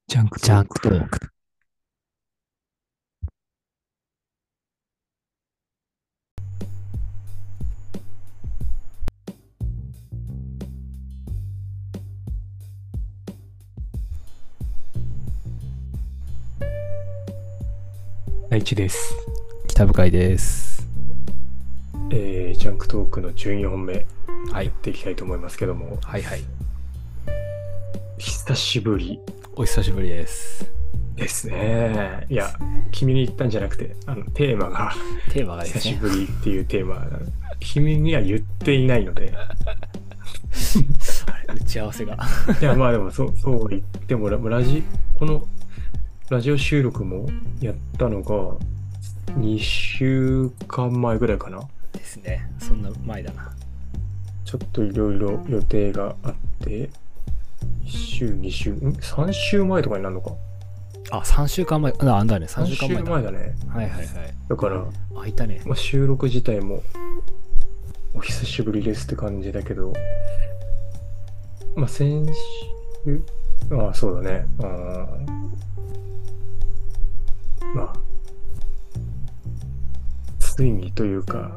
ジャンクジャントーク。 クトーク。 第一です。 北深井です。 ジャンクトークの12本目はい。 やっていきたいと思いますけども、 はいはい。 久しぶりお久しぶりです。 ですね。いや、 ですね。 君に言ったんじゃなくて、テーマがテーマがですね。 久しぶりっていうテーマ、君には言っていないので、 あれ、打ち合わせが。 いや、まあでもそう言ってもこのラジオ収録もやったのが2週間前ぐらいかな。 ですね。そんな前だな。 ちょっといろいろ予定があって、1週、2週、3週前とかになるのか。 あ、3週間前。あんだね。3 3 週間前だ。 週前だね。 はいはいはい。 だから、 あ、いたね。 まあ、収録自体もお久しぶりですって感じだけど、まあ、先週、ああ、そうだね。まあ、ついにというか、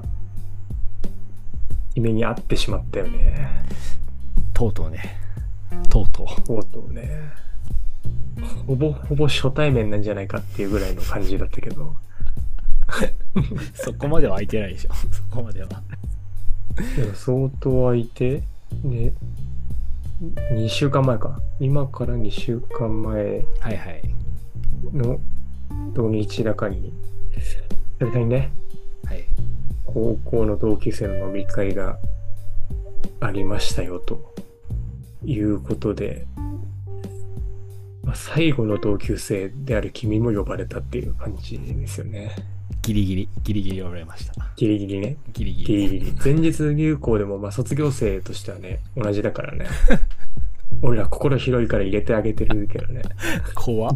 君に会ってしまったよね。 とうとうね。とうとう。 とうとうね。ほぼほぼ初対面なんじゃないかっていうぐらいの感じだったけど。 そこまでは空いてないでしょ。そこまでは。 でも相当空いて、で、2週間前か。今から2週間前はいはい。 の土日だかに、久々にね、 はい。 高校の同級生の飲み会がありましたよ、ということで、まあ、最後の同級生である君も呼ばれたっていう感じですよね。 ギリギリ、ギリギリ呼ばれました。 ギリギリね。 ギリギリ。 ギリギリ。前日入校でも、まあ卒業生としてはね、同じだからね。俺ら心広いから入れてあげてるけどね。 怖っ。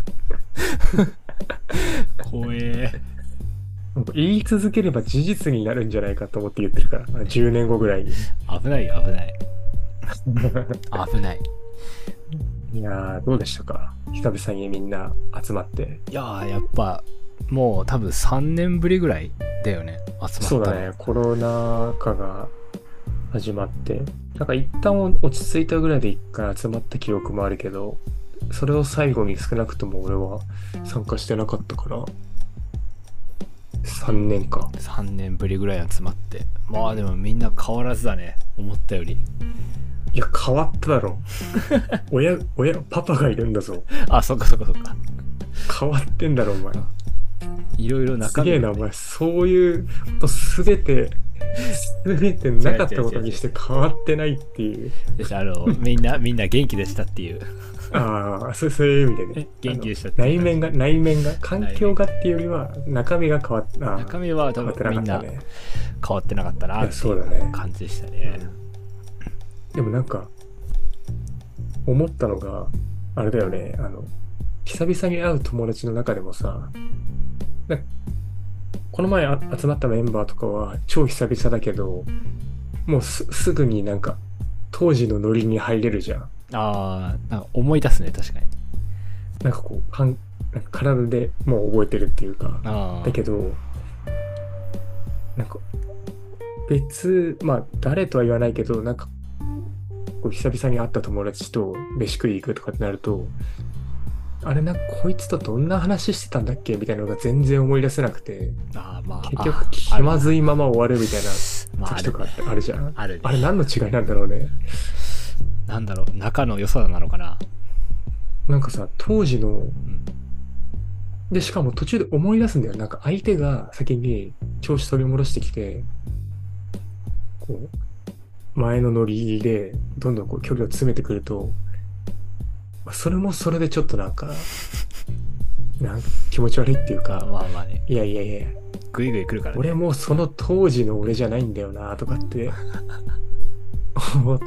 怖え。 言い続ければ事実になるんじゃないかと思って言ってるから、10年後ぐらいに。 危ないよ、危ない。危ない。 いやー、どうでしたか久々にみんな集まって。 いやー、やっぱ、もう多分3年ぶりぐらいだよね。集まったの。 そうだね、コロナ禍が始まって、なんか一旦落ち着いたぐらいで一回集まった記憶もあるけど、それを最後に少なくとも俺は参加してなかったから、3年か。 3年ぶりぐらい集まって。まあでもみんな変わらずだね。思ったより。 いや、変わっただろ。パパがいるんだぞ。 あ、そっかそっかそっか。 変わってんだろ、お前。 いろいろすげえな、お中身がね。 前。そういうことすべて違う違なかったことう違う違う。 にして変わってないっていう。 でしみんな元気でしたっていう。 ああ、そういう意味でね。 元気でしたっていう感じ。 内面が、環内面。 境がっていうよりは、中身が中身は多分変わってなみんなかったね。 変わってなかったいや、 なっていうそうだね。 感じでしたね。 うん。でもなんか、思ったのが、あれだよね。久々に会う友達の中でもさ、なこの前集まったメンバーとかは超久々だけど、もうすぐになんか、当時のノリに入れるじゃん。 ああ、なんか思い出すね、確かに。 なんかこう、なんか体でもう覚えてるっていうか。だあけど、なんかまあ誰とは言わないけど、なんかこう久々に会った友達と飯食い行くとかってなると、あれなんかこいつとどんな話してたんだっけみたいなのが全然思い出せなくて、 あ、まあ、 結局あるな。 気まずいまま終わるみたいなまあ、あるね。 時とかってあるじゃん。 あるね。 あれ何の違いなんだろうね。 なんだろう、仲の良さなのかな。 なんかさ、当時の、 うん。 で、しかも途中で思い出すんだよ。なんか相手が先に調子取り戻してきて、こ前のノリでどんどんこう距離を詰めてくると、まあそれもそれでちょっとなんか気持ち悪いっていうあ、 か、 まあまあね。 いやいやいや、 グイグイ来るからね。 俺もその当時の俺じゃないんだよなとかって思って、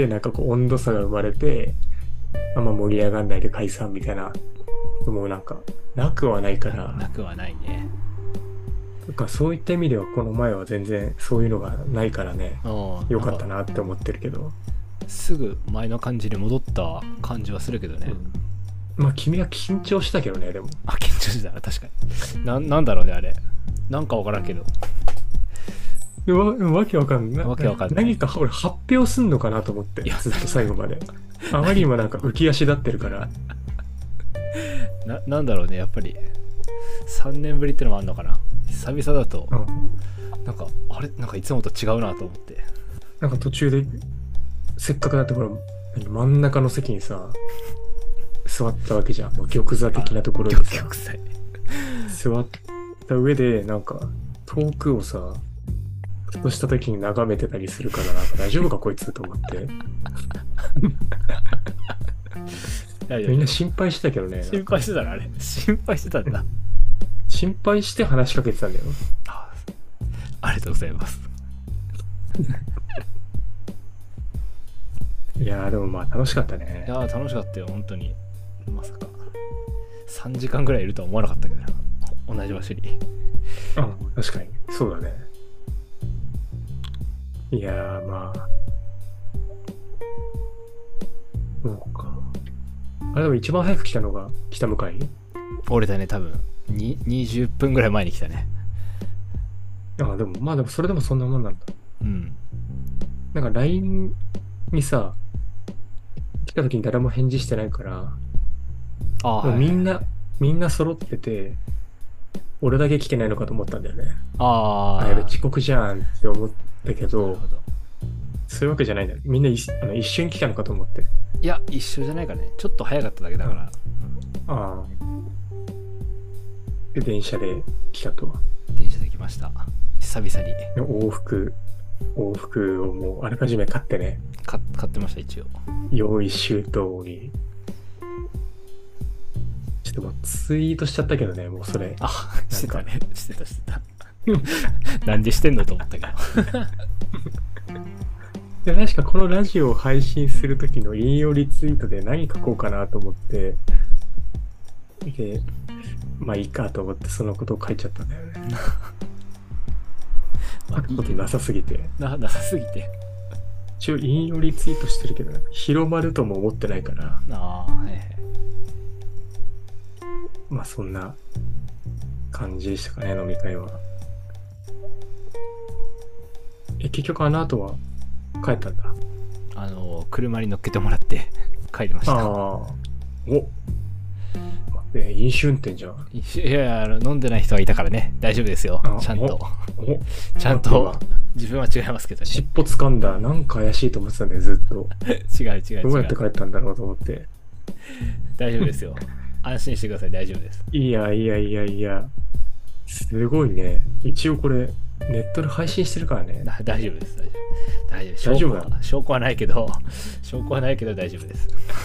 なんかこう温度差が生まれて、あんま盛り上がんないで解散みたいな、もうなんか、なくはないから、 なくはないね。 なんかそういった意味ではこの前は全然そういうのがないからね、 うん。なんか、 よかったなって思ってるけど、 すぐ前の感じに戻った感じはするけどね。 うん。 まあ君は緊張したけどね、でも。 あ、緊張してたな、確かに。なんだろうね、あれ。なんかわからんけど。 わけわかんない。 わけわかんない何か俺発表すんのかなと思って、 いやずっと最後まで。あまりにもなんか浮き足立ってるから。 なんだろうね、やっぱり。3年ぶりってのもあんのかな。久々だと、 うん、 なんか、あれなんかいつもと違うなと思って。 なんか途中で、せっかくだってほら、真ん中の席にさ、座ったわけじゃん。もう玉座的なところでさ、 玉砕。 座った上で、なんか、遠くをさ、ふとした時に眺めてたりするから、なんか大丈夫かこいつと思って。みんな心配してたけどね。 心配してたのあれ。心配してたんだ。 心配して話しかけてたんだよ。 ありがとうございます。 いやーでもまあ楽しかったね。 いやー楽しかったよ、本当に。まさか。3時間ぐらいいるとは思わなかったけどな。同じ場所に。 うん、確かに。そうだね。いやーまあ。そうか。あれでも一番早く来たのが北向井？ 俺だね、多分。20分ぐらい前に来たね。 ああ、でもまあでもそれでもそんなもんなんだ。 うん。 なんか LINE にさ、来た時に誰も返事してないから、 ああ、 もうはいはいはい。 みんな揃ってて、俺だけ来てないのかと思ったんだよね。 ああ、 あ、やべ、遅刻じゃんって思ったけなるど、 ほど。 そういうわけじゃないんだよ。みんな一瞬来たのかと思って。 いや、一緒じゃないからね。ちょっと早かっただけだから。 ああ。で、電車で来たと。 電車で来ました。久々に。 で往復をもうあらかじめ買ってね、 買ってました、一応。 用意周到に。ちょっともうツイートしちゃったけどね、もうそれ。 あ、してたね。してた。なんでしてんのと思ったけど。 で、確かこのラジオを配信するときの引用リツイートで何書こうかなと思って、で、まあいいかと思ってそのことを書いちゃったんだよね。書くことなさすぎて。 なさすぎて。 一応引用リツイートしてるけど、広まるとも思ってないから、 ああ、はいはい。 まあそんな感じでしたかね、飲み会は。結局あの後は帰ったんだ。 車に乗っけてもらって帰りました。 ああ。お、飲酒運転じゃん。 いや飲んでない人はいたからね。大丈夫ですよ。ちゃんと。ちゃんと。自分は違いますけどね。 尻尾掴んだ。なんか怪しいと思ってたんだよ、ずっと。 違う。 どうやって帰ったんだろうと思って。 大丈夫ですよ。安心してください。大丈夫です。 いや。すごいね。一応これ、ネットで配信してるからね。 大丈夫です。大丈夫。 大丈夫だ。 証拠はないけど大丈夫です。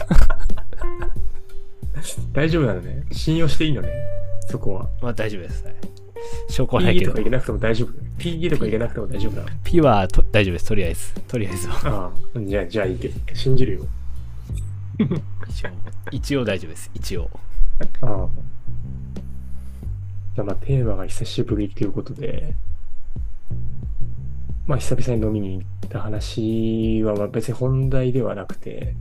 大丈夫なのね。信用していいのね。そこは。 まあ大丈夫です。証拠はないけど。 PE とかいけなくても大丈夫。PE とかいけなくても大丈夫だ。 P は大丈夫です。とりあえずは。 ああ、じゃあいいけど。信じるよ。 一応大丈夫です。一応。 ああ。じゃあまあテーマが久しぶりということで、まあ久々に飲みに行った話はまあ別に本題ではなくて、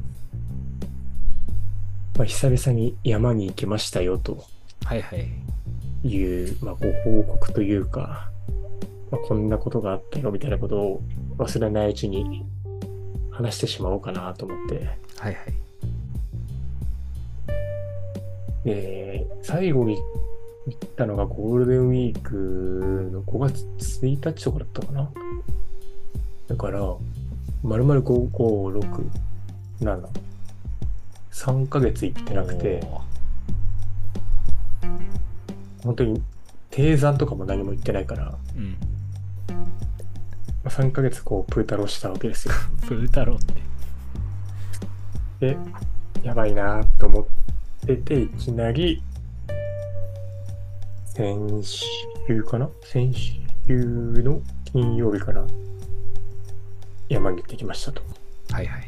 まあ久々に山に行きましたよという、まあご報告というか、まあ、こんなことがあったよみたいなことを忘れないうちに話してしまおうかなと思って。 はいはい。 最後に行ったのがゴールデンウィークの5月1日とかだったかな。だから、丸々5、5、6、7、3ヶ月行ってなくて、本当に低山とかも何も行ってないから、3ヶ月こうプータローしたわけですよ。 プータローって。 で、やばいなと思ってて、いきなり、先週の金曜日から山に行ってきましたと。 はいはい。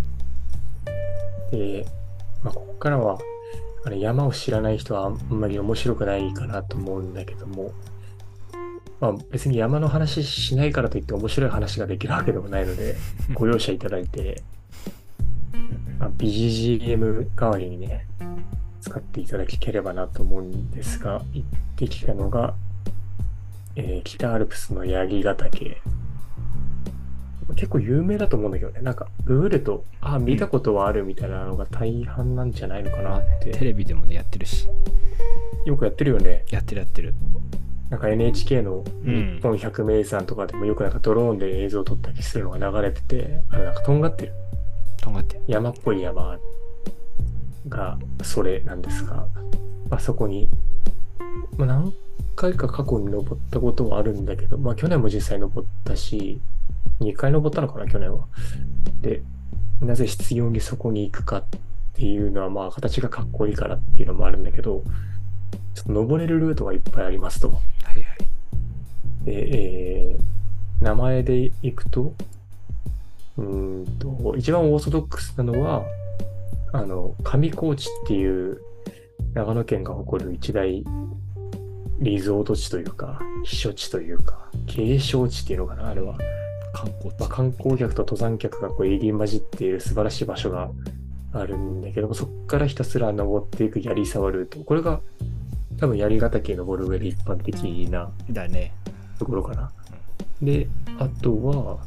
で、まあ、ここからは山を知らない人はあんまり面白くないかなと思うんだけども、まあ、別に山の話しないからといって面白い話ができるわけでもないので、ご容赦いただいて、BGM 代わりにね、 使っていただければなと思うんですが、行ってきたのが、北アルプスの槍ヶ岳。結構有名だと思うんだけどね。なんか、ググると、あ、見たことはあるみたいなのが大半なんじゃないのかなっテて。 レビでもねやってるし、 よくやってるよね。 やってる。 なんか NHK のうん日本百名山とかでもよくなんかドローンで映像を撮ったりするのが流れてて、なんかとんがってるとんがってる。 山っぽい山がそれなんですが、あそこに、何回か過去に登ったことはあるんだけど、去年も実際登ったし、2回登ったのかな、去年は。で、なぜ必要にそこに行くかっていうのは、形がかっこいいからっていうのもあるんだけど、ちょっと登れるルートがいっぱいありますと。 はいはい。 で、名前で行くと、一番オーソドックスなのは、上高地っていう長野県が誇る一大リゾート地というか、避暑地というか、景勝地っていうのかな、あれは。 観光地、 観光客と登山客が入り混じっている素晴らしい場所があるんだけども、そこからひたすら登っていく槍沢ルート。これが多分槍ヶ岳登る上で一般的なだね。 ところかな。で、あとは、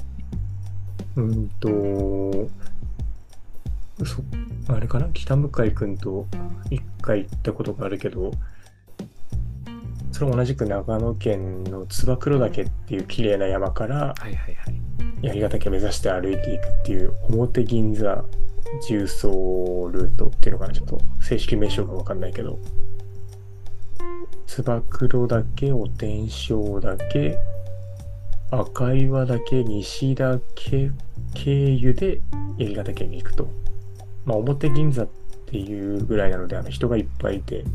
あれかな、北向井くんと一回行ったことがあるけど、それも同じく長野県の燕岳っていう綺麗な山からはいはいはい。 槍ヶ岳目指して歩いていくっていう表銀座縦走ルートっていうのかな、ちょっと正式名称がわかんないけど、燕岳、お天正岳、赤岩岳、西岳経由で槍ヶ岳に行くと。表銀座っていうぐらいなので、人がいっぱいいて、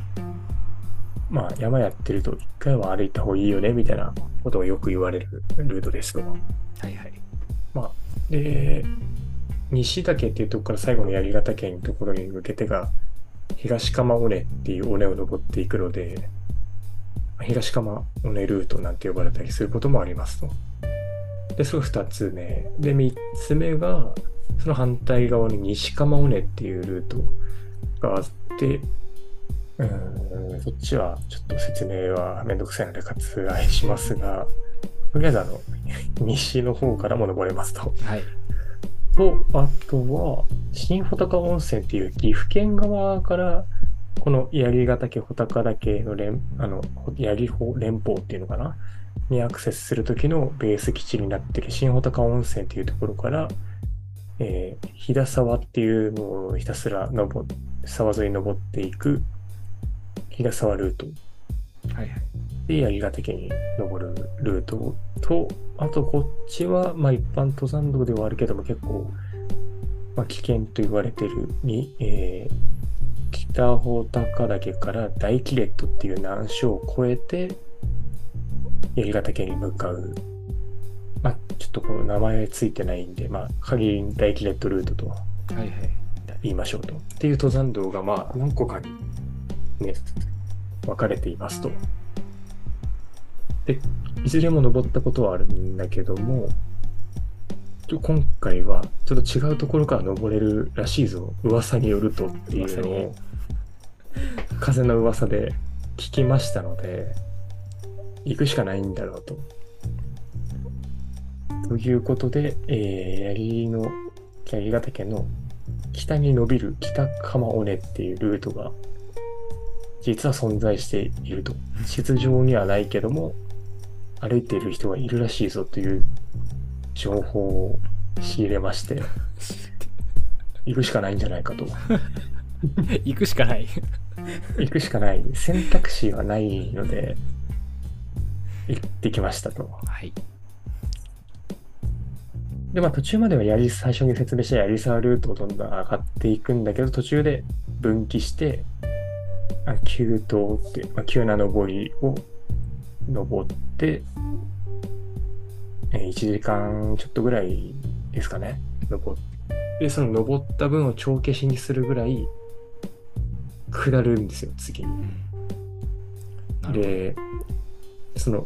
山やってると一回は歩いた方がいいよね、みたいなことをよく言われるルートですと。 はいはい。 で、西岳っていうところから最後の槍ヶ岳のところに向けてが、東釜尾根っていう尾根を登っていくので、東釜尾根ルートなんて呼ばれたりすることもありますと。で、それが2つ目。で、3つ目が、その反対側に西釜尾根っていうルートがあって、そっちはちょっと説明はめんどくさいので割愛しますが、とりあえず西の方からも登れますと。 はい。 と、あとは、新穂高温泉っていう岐阜県側から、この槍ヶ岳、穂高岳の槍穂連峰っていうのかなにアクセスするときのベース基地になっている新穂高温泉っていうところから、飛騨沢っていうのをひたすら沢沿いに登っていく飛騨沢ルート。 はいはい。 で、槍ヶ岳に登るルートと、あとこっちは、一般登山道ではあるけども結構、危険と言われてる北穂高岳から大キレットっていう難所を越えて、槍ヶ岳に向かう。ちょっとこの名前ついてないんで、限り大キレットルートとはいはい。 言いましょうと。っていう登山道が何個かにね、分かれていますと。で、いずれも登ったことはあるんだけども、今回はちょっと違うところから登れるらしいぞ、噂によるとっていうのを風の噂で聞きましたので、行くしかないんだろうと。ということで、槍ヶ岳の北に伸びる北釜尾根っていうルートが実は存在していると。地図上にはないけども歩いている人がいるらしいぞという情報を仕入れまして、行くしかないんじゃないかと。 行くしかない。 行くしかない。選択肢はないので行ってきましたと。 はい。 で、途中までは最初に説明した槍沢ルートをどんどん上がっていくんだけど、途中で分岐して、急登って、急な登りを登って、1時間ちょっとぐらいですかね。登って、その登った分を帳消しにするぐらい下るんですよ、次に。で、その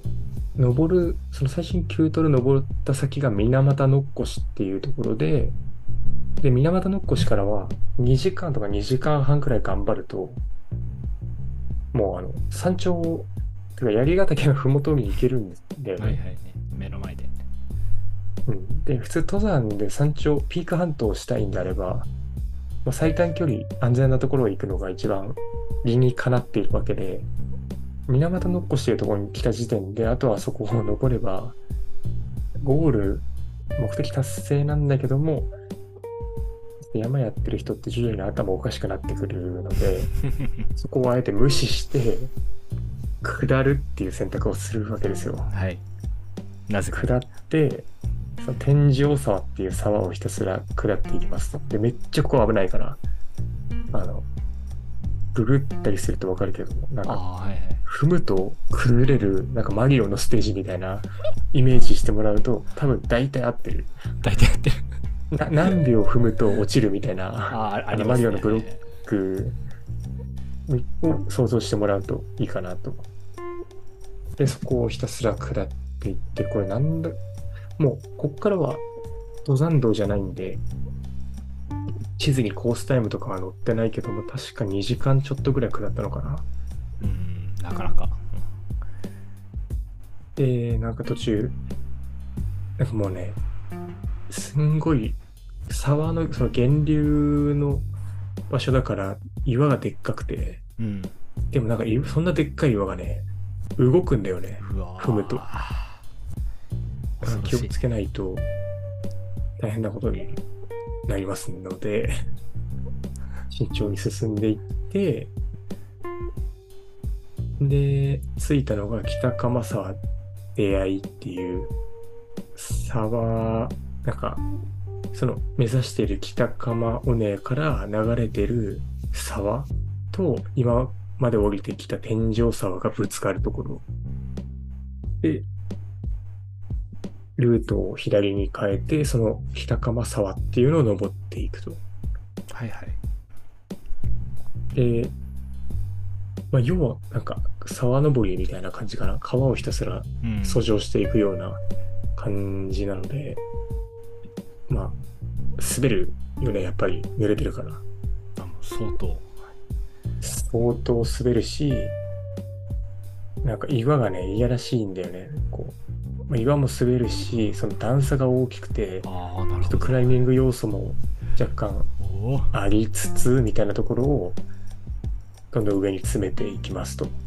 最初に急登で登った先が水俣のっこしっていうところで、 で、水俣のっこしからは2時間とか2時間半くらい頑張ると、もう山頂、てか槍ヶ岳のふもとに行けるんだよね。 はいはいね。目の前で。 うん。で、普通登山で山頂、ピークハントをしたいんであれば、まあ、最短距離、安全なところを行くのが一番理にかなっているわけで、水俣のっこしているところに来た時点で、あとはそこを残れば、ゴール、目的達成なんだけども、山やってる人って徐々に頭おかしくなってくるので、そこをあえて無視して、下るっていう選択をするわけですよ。 はい。なぜか。 下って、その天井沢っていう沢をひたすら下っていきますと。で、めっちゃここ危ないから、ググったりするとわかるけど、なんか、 はいはい。 踏むと崩れる、なんかマリオのステージみたいなイメージしてもらうと、多分大体合ってる。 大体やってる。 何秒踏むと落ちるみたいな、 ありますね。 マリオのブロックを想像してもらうといいかなと。で、そこをひたすら下っていって、これなんだ、もう、こっからは登山道じゃないんで、地図にコースタイムとかは載ってないけども、確か2時間ちょっとぐらい下ったのかな。 なかなか。 で、なんか途中、なんかもうね、すんごい沢のその源流の場所だから岩がでっかくて、 うん。 でもなんかそんなでっかい岩がね、動くんだよね、 うわ踏むと。 恐ろしい。 気をつけないと大変なことになりますので、慎重に進んでいって、で、着いたのが北鎌沢出会いっていう沢、なんか、その目指している北鎌尾根から流れてる沢と今まで降りてきた天井沢がぶつかるところで、ルートを左に変えて、その北鎌沢っていうのを登っていくと。 はいはい。 で、まあ、要はなんか沢登りみたいな感じかな。川をひたすら遡上していくような感じなので、まあ、滑るよね、やっぱり濡れてるから。 相当滑るし、なんか岩がね、嫌らしいんだよね。こう、まあ、岩も滑るし、その段差が大きくて、ちょっとクライミング要素も若干ありつつ、みたいなところを、どんどん上に詰めていきますと。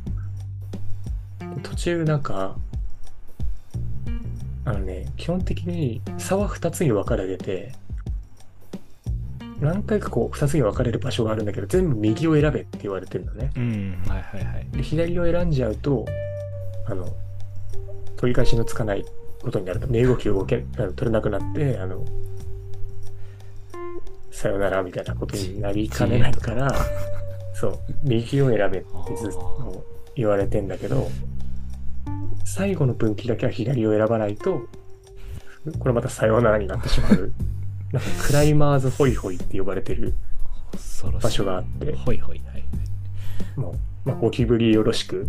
途中なんか、基本的に差は2つに分かれてて、何回かこう2つに分かれる場所があるんだけど、全部右を選べって言われてるのね。 はいはいはい。 で、左を選んじゃうと、取り返しのつかないことになると、身動きを取れなくなって、さよならみたいなことになりかねないから、そう、右を選べってずっと言われてんだけど、最後の分岐だけは左を選ばないと、これまたさよならになってしまう。なんかクライマーズホイホイって呼ばれてる場所があって、 ホイホイ、はい。 もう、まあ、ゴキブリよろしく、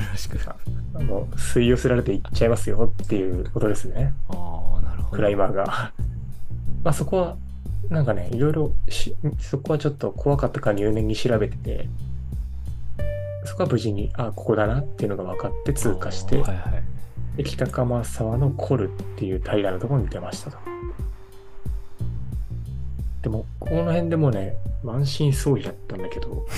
吸い寄せられていっちゃいますよっていうことですね。 なるほど。 クライマーが。まあそこは、なんかね、いろいろそこはちょっと怖かったから入念に調べてて、そこは無事に、ここだなっていうのが分かって通過して、で北鎌沢のコルっていう平らなところに出ましたと。でも、この辺でもね、満身創痍だったんだけど、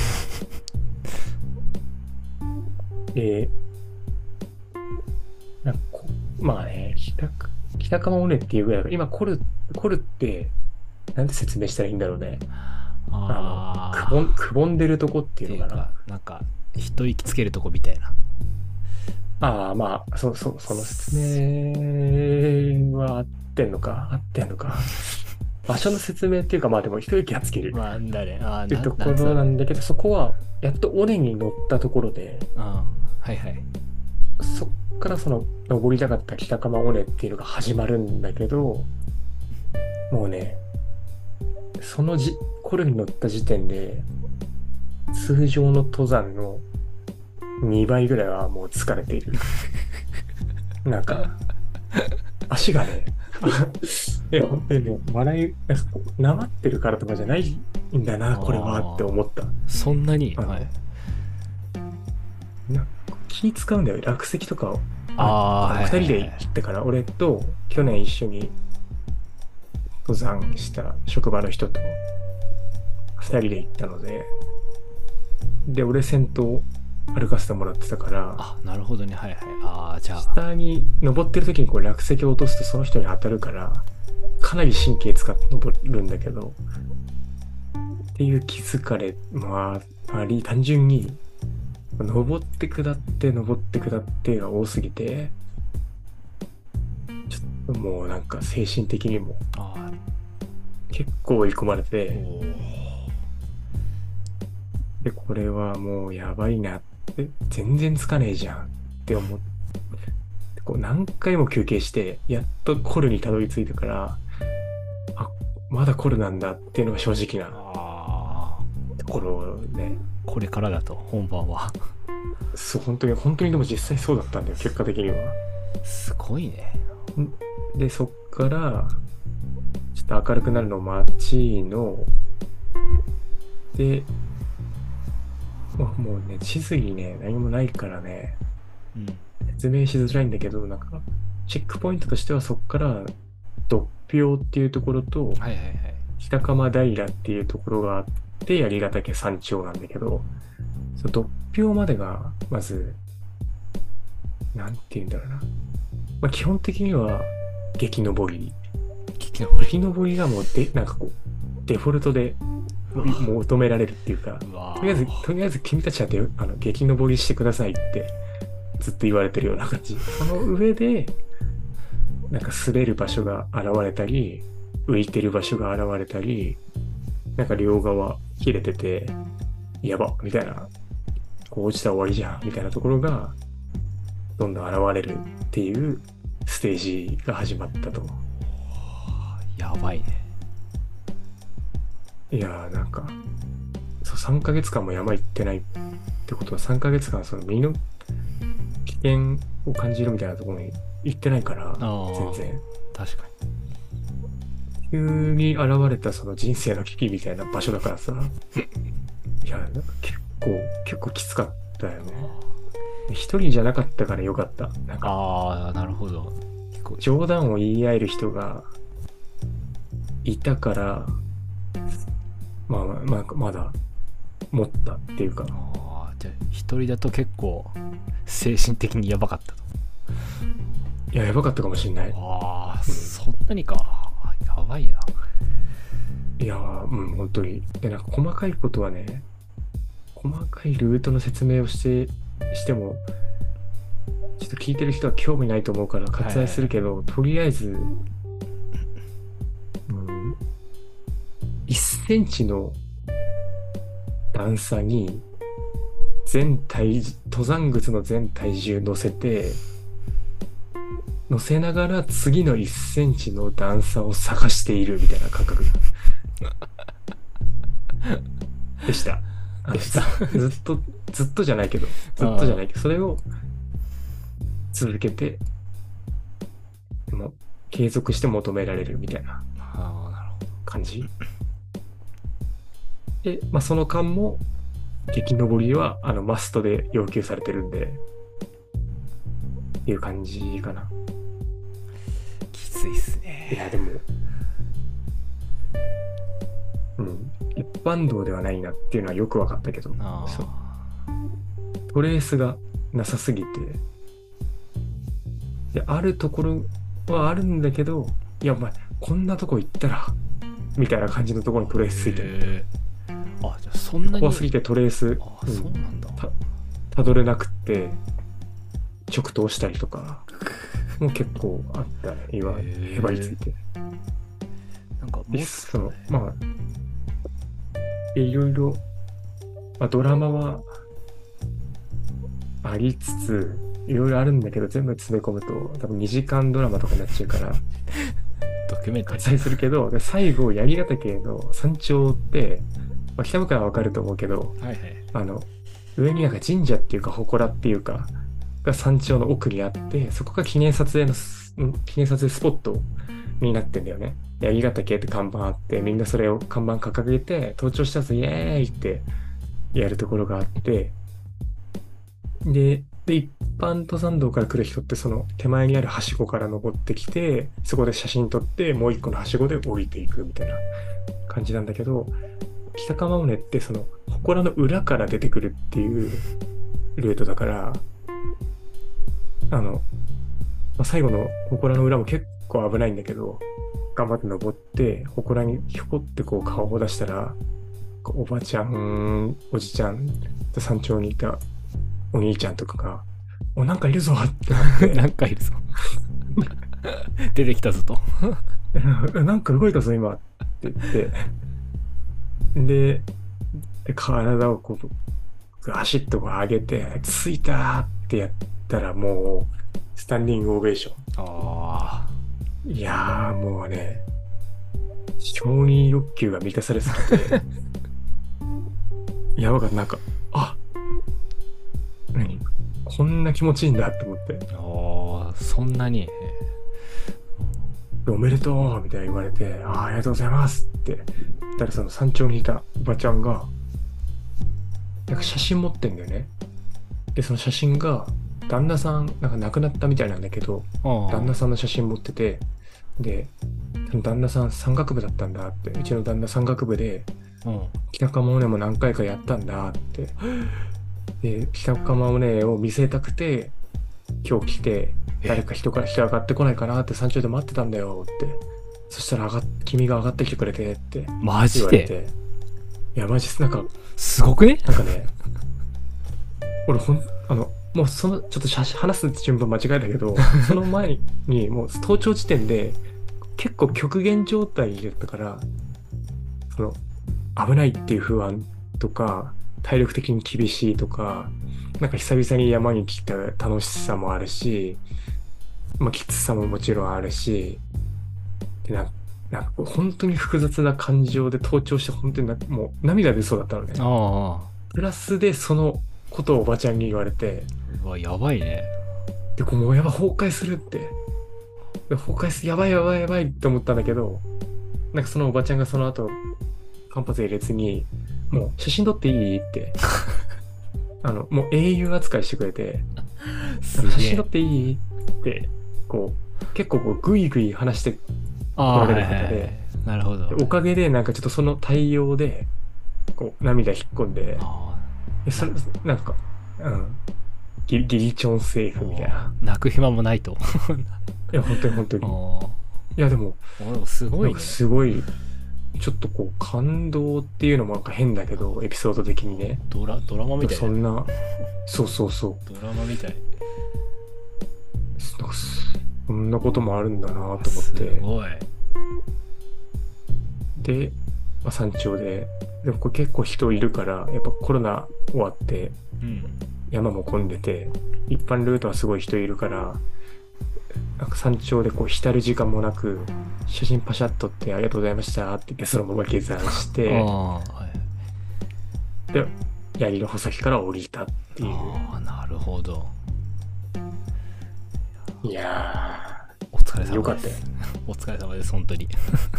まあね、北鎌尾根っていうぐらいだから、今コルって、なんて説明したらいいんだろうね。くぼんでるとこっていうのかな。 なんか、一息つけるとこみたいな。 まあ、その説明は合ってんのか。場所の説明っていうか、まあでも一息はつける。っていうところなんだけど、そこは、やっと尾根に乗ったところで、 はいはい。 そっからその、登りたかった北鎌尾根っていうのが始まるんだけど、もうね、コルに乗った時点で、通常の登山の2倍ぐらいはもう疲れている。なんか、足がね、 いや、本当にね、笑い、なんかこう、なまってるからとかじゃないんだな、これはって思った。 そんなに、 あの、 はい。 な気使うんだよ。落石とかを。 はいはい二人ではい。 行ったから、俺と去年一緒に登山した職場の人と二人で行ったので、で、俺先頭歩かせてもらってたから、 あ、なるほどね。はいはい。じゃあ、 下に登ってる時にこう落石を落とすとその人に当たるから、かなり神経使って登るんだけど、っていう気づかれ、単純に、登って下って登って下ってが多すぎて、ちょっともうなんか精神的にもあ結構追い込まれおて、で、これはもうやばいなって、全然つかねえじゃんって思って、こう何回も休憩して、やっとコルにたどり着いたから、あ、まだコルなんだっていうのが正直なところで、 これからだと、本番は。 そう、本当にでも実際そうだったんだよ、結果的には。 すごいね。 で、そっから、ちょっと明るくなるのを待の、で、もうね、地図にね、何もないからね、 うん。 説明しづらいんだけど、なんか、チェックポイントとしてはそっから、独標っていうところと、 はいはいはい。 北鎌平っていうところがあって、槍ヶ岳山頂なんだけど、その独標までが、まず、なんて言うんだろうな。基本的には、激登り。 聞き登り。 激登りがもうなんかこう、デフォルトで求められるっていうか、 うわとりあえず君たちは激登りしてくださいってずっと言われてるような感じ。その上で、なんか滑る場所が現れたり、浮いてる場所が現れたり、なんか両側切れてて、やばみたいな、こう落ちたら終わりじゃんみたいなところが、どんどん現れるっていうステージが始まったと。 やばいね。 いやーなんか、そう3ヶ月間も山行ってないってことは3ヶ月間その身の危険を感じるみたいなところに行ってないから、全然。 確か急に現れたその人生の危機みたいな場所だからさ、いや、なんか結構きつかったよね。一人じゃなかったからよかった。なんか、 なるほど。 冗談を言い合える人がいたから、まだ持ったっていうか。 じゃあ、一人だと結構、精神的にやばかったと。 いや、やばかったかもしんない。 そんなにか。やばいな。 いや、本当に。で、なんか細かいことはね、細かいルートの説明をしても、ちょっと聞いてる人は興味ないと思うから割愛するけど、とりあえず、1センチの段差に登山靴の全体重乗せながら次の1センチの段差を探しているみたいな感覚でした。ずっとじゃないけど、それを続けて、でも継続して求められるみたいな感じ。で、その間も激登りはマストで要求されてるんで、っていう感じかな。 きついっすね。 いや、でも、一般道ではないなっていうのはよく分かったけど、トレースがなさすぎて、で、あるところはあるんだけど、いや、お前、こんなとこ行ったら、みたいな感じのところにトレースついてる。 じゃあそんなに怖すぎてトレース、 そうなんだ。 たどれなくって、直投したりとか、もう結構あったね。へばりついて。 なんかもっと、ね、 いろいろ、ドラマはありつつ、いろいろあるんだけど、全部詰め込むと、多分2時間ドラマとかになっちゃうから、 ドキュメンタリー割愛するけど、最後、槍ヶ岳の山頂って、北向かいはわかると思うけど、上になんか神社っていうか、祠っていうか、が山頂の奥にあって、そこが記念撮影スポットになってんだよね。槍ヶ岳って看板あって、みんなそれを看板掲げて、登頂したぞ、イエーイってやるところがあって、で、一般登山道から来る人ってその手前にあるはしごから登ってきて、そこで写真撮って、もう一個のはしごで降りていくみたいな感じなんだけど、北鎌尾根ってその祠の裏から出てくるっていうルートだから、最後の祠の裏も結構危ないんだけど、頑張って登って、祠にひょこってこう顔を出したら、おばちゃん、おじちゃん、山頂にいたお兄ちゃんとかが、なんかいるぞってなって、 なんかいるぞ。出てきたぞと。 なんか動いたぞ今って言って、で体をこう、ガシッと上げて、着いたってやったらもう、スタンディングオベーション。 あいやーもうね、承認欲求が満たされすぎて、やばかった。なんか、何こんな気持ちいいんだって思って、 そんなに。 おめでとうみたいな言われて、ありがとうございますって言ったら、その山頂にいたおばちゃんが、なんか写真持ってんだよね。で、その写真が、旦那さん、なんか亡くなったみたいなんだけど、旦那さんの写真持ってて、で、旦那さん山岳部だったんだって、うちの旦那山岳部で、北鎌尾根も何回かやったんだって、で、北鎌尾根を見せたくて、今日来て、誰か人上がってこないかなって山頂で待ってたんだよって、そしたら君が上がってきてくれてってマジ言われて、 でいや、マジなんか、 すごくね。 なんかね、俺もうちょっと話す順番間違えたけど、その前にもう登頂地点で結構極限状態だったから、その危ないっていう不安とか、体力的に厳しいとか、なんか久々に山に来た楽しさもあるし、きつさももちろんあるし、でなんか本当に複雑な感情で登頂して、本当にもう涙出そうだったのね。プラスでそのことをおばちゃんに言われて、 うわ、やばいね。 で、もうやばい、崩壊するって。崩壊する、やばいやばいやばいって思ったんだけど、なんかそのおばちゃんがその後、間髪入れずに、もう写真撮っていいって、もう英雄扱いしてくれて、写真撮っていいって、結構グイグイ話して来られる方で、 なるほど。 おかげでなんかちょっとその対応で、涙引っ込んで、それ、なんか、ギリチョンセーフみたいな。 泣く暇もないと。 いや、本当に。いや、でも、 すごいね。 すごい、ちょっと感動っていうのもなんか変だけど、エピソード的にね。 ドラマみたいな。 そう。 ドラマみたい。 なんかそんなこともあるんだなと思って。 すごい。 で、山頂で、でもこれ結構人いるから、やっぱコロナ終わって、山も混んでて、一般ルートはすごい人いるから、なんか山頂で浸る時間もなく、写真パシャッとってありがとうございましたって言ってそのまま下山して、で、槍の穂先から降りたっていう。 なるほど。 いやー、お疲れ様です。 よかったよ。 お疲れ様です、本当に。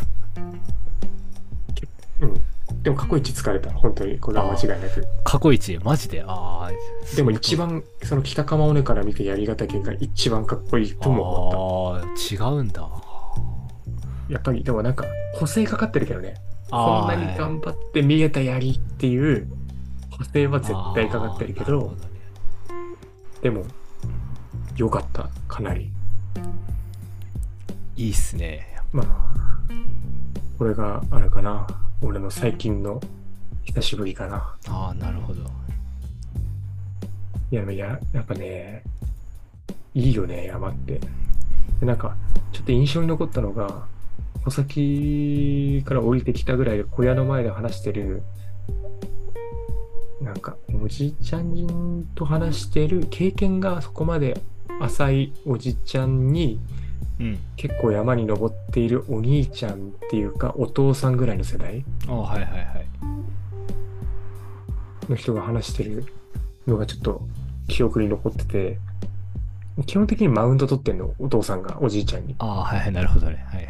でも過去一疲れた、本当に。これは間違いなく。 過去一マジで。 でも一番、その北鎌尾根から見て槍ヶ岳が一番かっこいいとも思った。 違うんだ。 やっぱり、でもなんか、補正かかってるけどね。こんなに頑張って見えた槍っていう補正は絶対かかってるけど、でも、よかった、かなり。 いいっすね。 これがあれかな。俺の最近の久しぶりかな。 なるほど。 いや、やっぱね、いいよね、山って。で、なんか、ちょっと印象に残ったのが、穂先から降りてきたぐらいで小屋の前で話してる、なんか、おじいちゃんと話してる、経験がそこまで浅いおじちゃんに、結構山に登っているお兄ちゃんっていうかお父さんぐらいの世代の人が話してるのがちょっと記憶に残ってて、基本的にマウント取ってんのお父さんがおじいちゃんに。 なるほどね。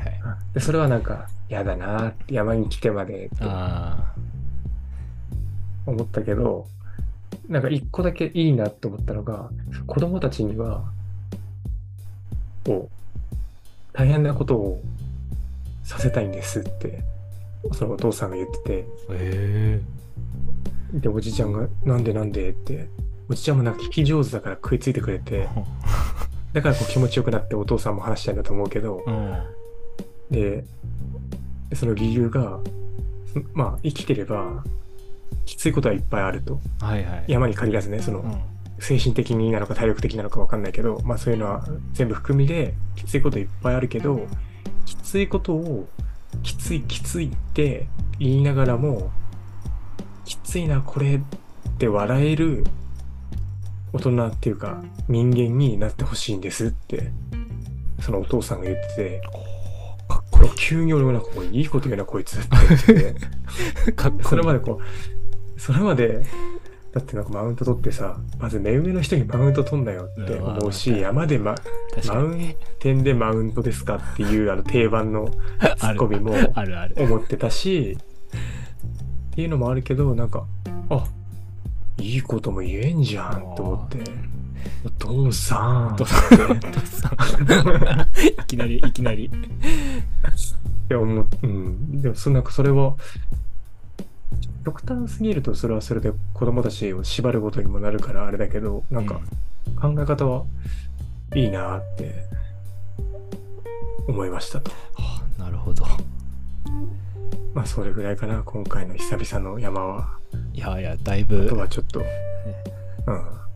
で、それはなんか、嫌だなって、山に来てまでってあ思ったけど、なんか一個だけいいなって思ったのが、子供たちには、こう、大変なことをさせたいんですって、そのお父さんが言ってて、 あ。へえ。 で、おじちゃんが、なんでなんでって、おじちゃんもなんか聞き上手だから食いついてくれて、だからこう気持ちよくなってお父さんも話したいんだと思うけど、 うん。 で、その理由が、まあ、生きてれば、きついことはいっぱいあると。 はいはい。 山に限らずね、その、 うん。 精神的になのか体力的なのかわかんないけど、まあそういうのは全部含みで、きついこといっぱいあるけど、きついことを、きついきついって言いながらも、きついな、これって笑える大人っていうか、人間になってほしいんですって、そのお父さんが言ってて、 かっこい急に俺もなんかこういいこと言うな、こいつって言ってい。かって、 こいい。 それまで、だってなんかマウント取ってさ、まず目上の人にマウント取んなよってうん、まあ思うし、山で、マウン確かにね。 テンでマウントですかっていうあの定番のツッある。 コミもあるある。 思ってたし、っていうのもあるけど、なんか、あ、いいことも言えんじゃんと思って、お父さんっお父さん、おて、 父さん。いきなり、いきなり。 いや思う、うん。でもなんかそれは、極端すぎるとそれはそれで子供たちを縛ることにもなるからあれだけど、なんかうん。 考え方はいいなって思いましたと。 はあ、なるほど。 まあそれぐらいかな、今回の久々の山は。 いやいや、だいあぶ、 とはちょっと、うん。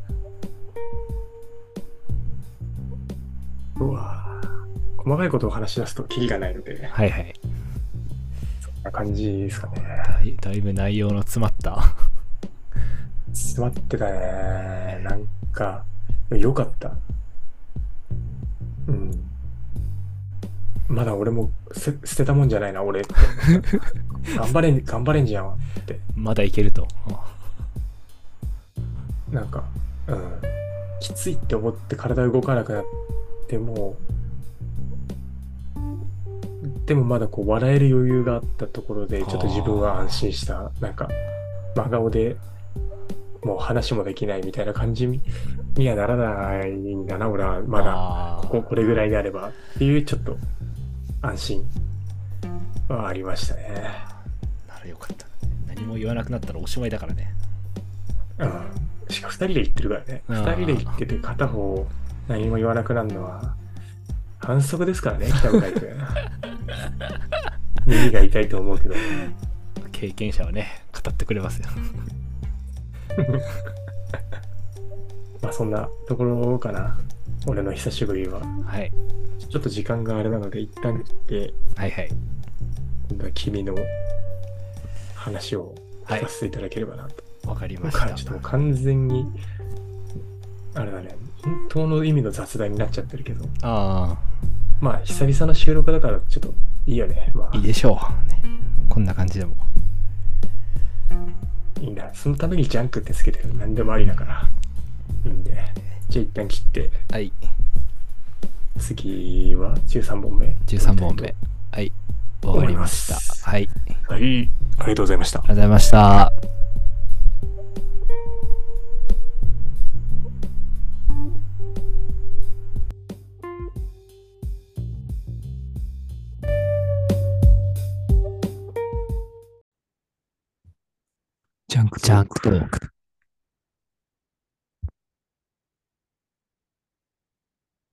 うわ細かいことを話し出すとキリがないので、 はいはい。 こんな感じですかね。 だいぶ内容の詰まった。 詰まってたね。なんか、よかった。うん。まだ俺も捨てたもんじゃないな、俺って思った。頑張れんじゃんって。 まだいけると。 なんか、うん。きついって思って体動かなくなっても、でもまだこう笑える余裕があったところで、ちょっと自分は安心した。なんか、真顔でもう話もできないみたいな感じにはならないんだな、俺はまだ、 ああ、 これぐらいであればっていう、ちょっと安心はありましたね。 ならよかった。何も言わなくなったらおしまいだからね。 うん。しかも二人で行ってるからね。二人で行ってて片方何も言わなくなるのは反則ですからね、北向井君。耳が痛いと思うけど。 経験者はね、語ってくれますよ。 まあそんなところかな。俺の久しぶりは。 はい。 ちょっと時間があれなので一旦切って、 はいはい。 今度は君の話をはい聞かせていただければなと。 わかりました。 今からちょっともう完全に、あれだね、本当の意味の雑談になっちゃってるけど、 あまあ久々の収録だからちょっといいよね。まあ、いいあでしょう。ね、こんな感じでも。 いいんだ。そのためにジャンクってつけてる。何でもありだから。いいんで。じゃあ一旦切って、 はい。 次は13本目。 13本目。はい。わかりました。はい。 はい。ありがとうございましたあり。がとうございました。 ジャンクジャンクトーク。